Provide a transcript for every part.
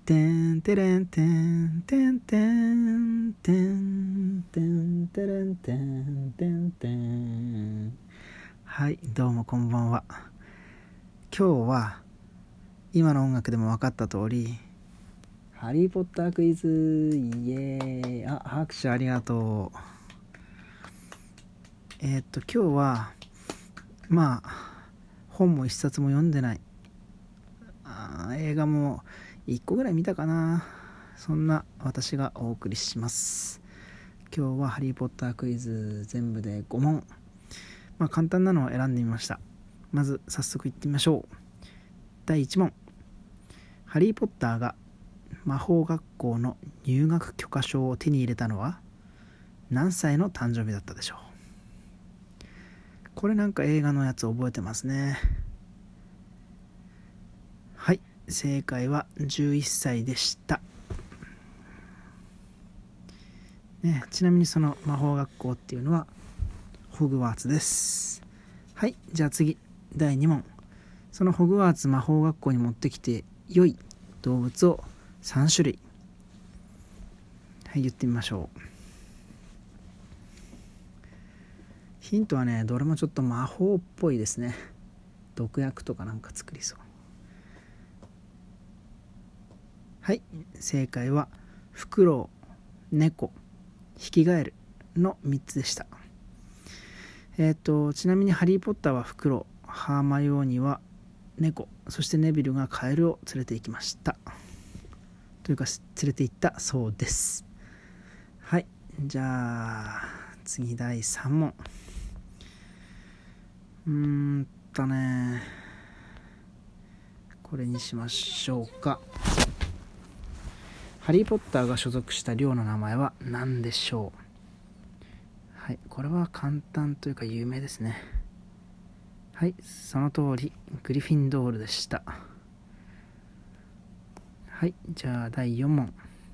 てんてれんてんてんてんてんてんてれんてんてんてん。はい、どうもこんばんは。今日は今の音楽でも分かった通りハリーポッタークイズ、イエーイ。拍手ありがとう。今日は本も一冊も読んでない、映画も1個ぐらい見たかな、そんな私がお送りします。今日はハリーポッタークイズ全部で5問、簡単なのを選んでみました。まず早速いってみましょう。第1問、ハリーポッターが魔法学校の入学許可証を手に入れたのは何歳の誕生日だったでしょう。これなんか映画のやつ覚えてますね。はい、正解は11歳でした、ちなみにその魔法学校っていうのはホグワーツです。はい、じゃあ次、第2問。そのホグワーツ魔法学校に持ってきて良い動物を3種類、はい、言ってみましょう。ヒントはね、どれもちょっと魔法っぽいですね。毒薬とかなんか作りそう。はい、正解はフクロウ、猫、ヒキガエルの3つでした。ちなみにハリーポッターはフクロウ、ハーマイオーニーは猫、そしてネビルがカエルを連れて行きました。というか連れて行ったそうです。はい、じゃあ次第3問。これにしましょうか。ハリーポッターが所属した寮の名前は何でしょう。はい、これは簡単というか有名ですね。はい、その通りグリフィンドールでした。はい、じゃあ第4問。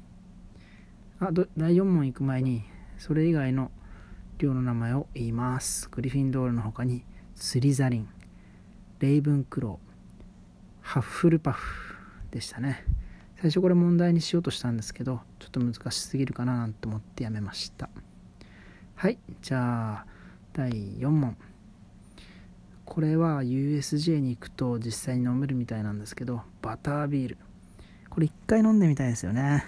第4問行く前にそれ以外の寮の名前を言います。グリフィンドールの他にスリザリン、レイブンクロー、ハッフルパフでしたね。最初これ問題にしようとしたんですけど、ちょっと難しすぎるかななんて思ってやめました。はい、じゃあ第4問。これは USJ に行くと実際に飲めるみたいなんですけど、バタービール、これ一回飲んでみたいですよね。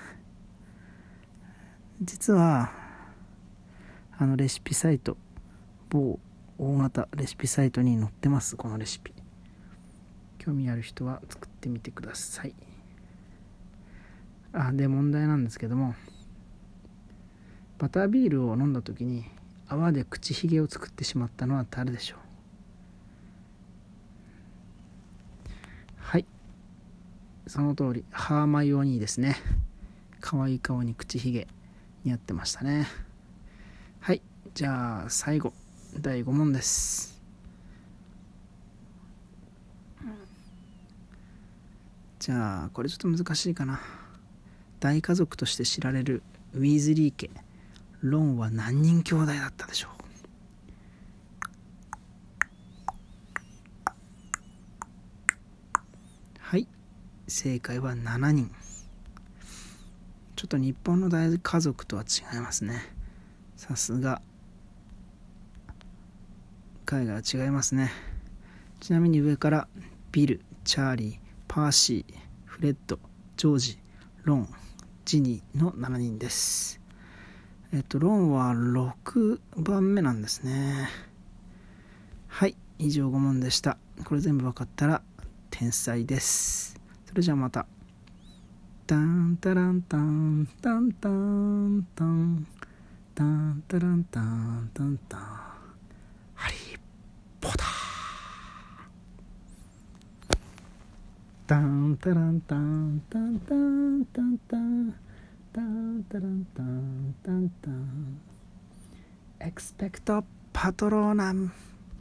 実はレシピサイト、某大型レシピサイトに載ってます。このレシピ、興味ある人は作ってみてください。で問題なんですけども、バタービールを飲んだ時に泡で口ひげを作ってしまったのは誰でしょう。はい、その通りハーマイオニーですね。可愛い顔に口ひげ似合ってましたね。はい、じゃあ最後第5問です。じゃあこれちょっと難しいかな。大家族として知られるウィーズリー家、ロンは何人兄弟だったでしょう。はい、正解は7人。ちょっと日本の大家族とは違いますね。さすが海外は違いますね。ちなみに上からビル、チャーリー、パーシー、フレッド、ジョージ、ロン、ジニーの7人です。ロンは6番目なんですね。はい、以上5問でした。これ全部分かったら天才です。それじゃあまた。タンタランタンタンタンタンタンタランタンタンタン、ハリーポッター。タンタランタンタンタンタンタンタンタランタンタンタン、エクスペクトパトローナム。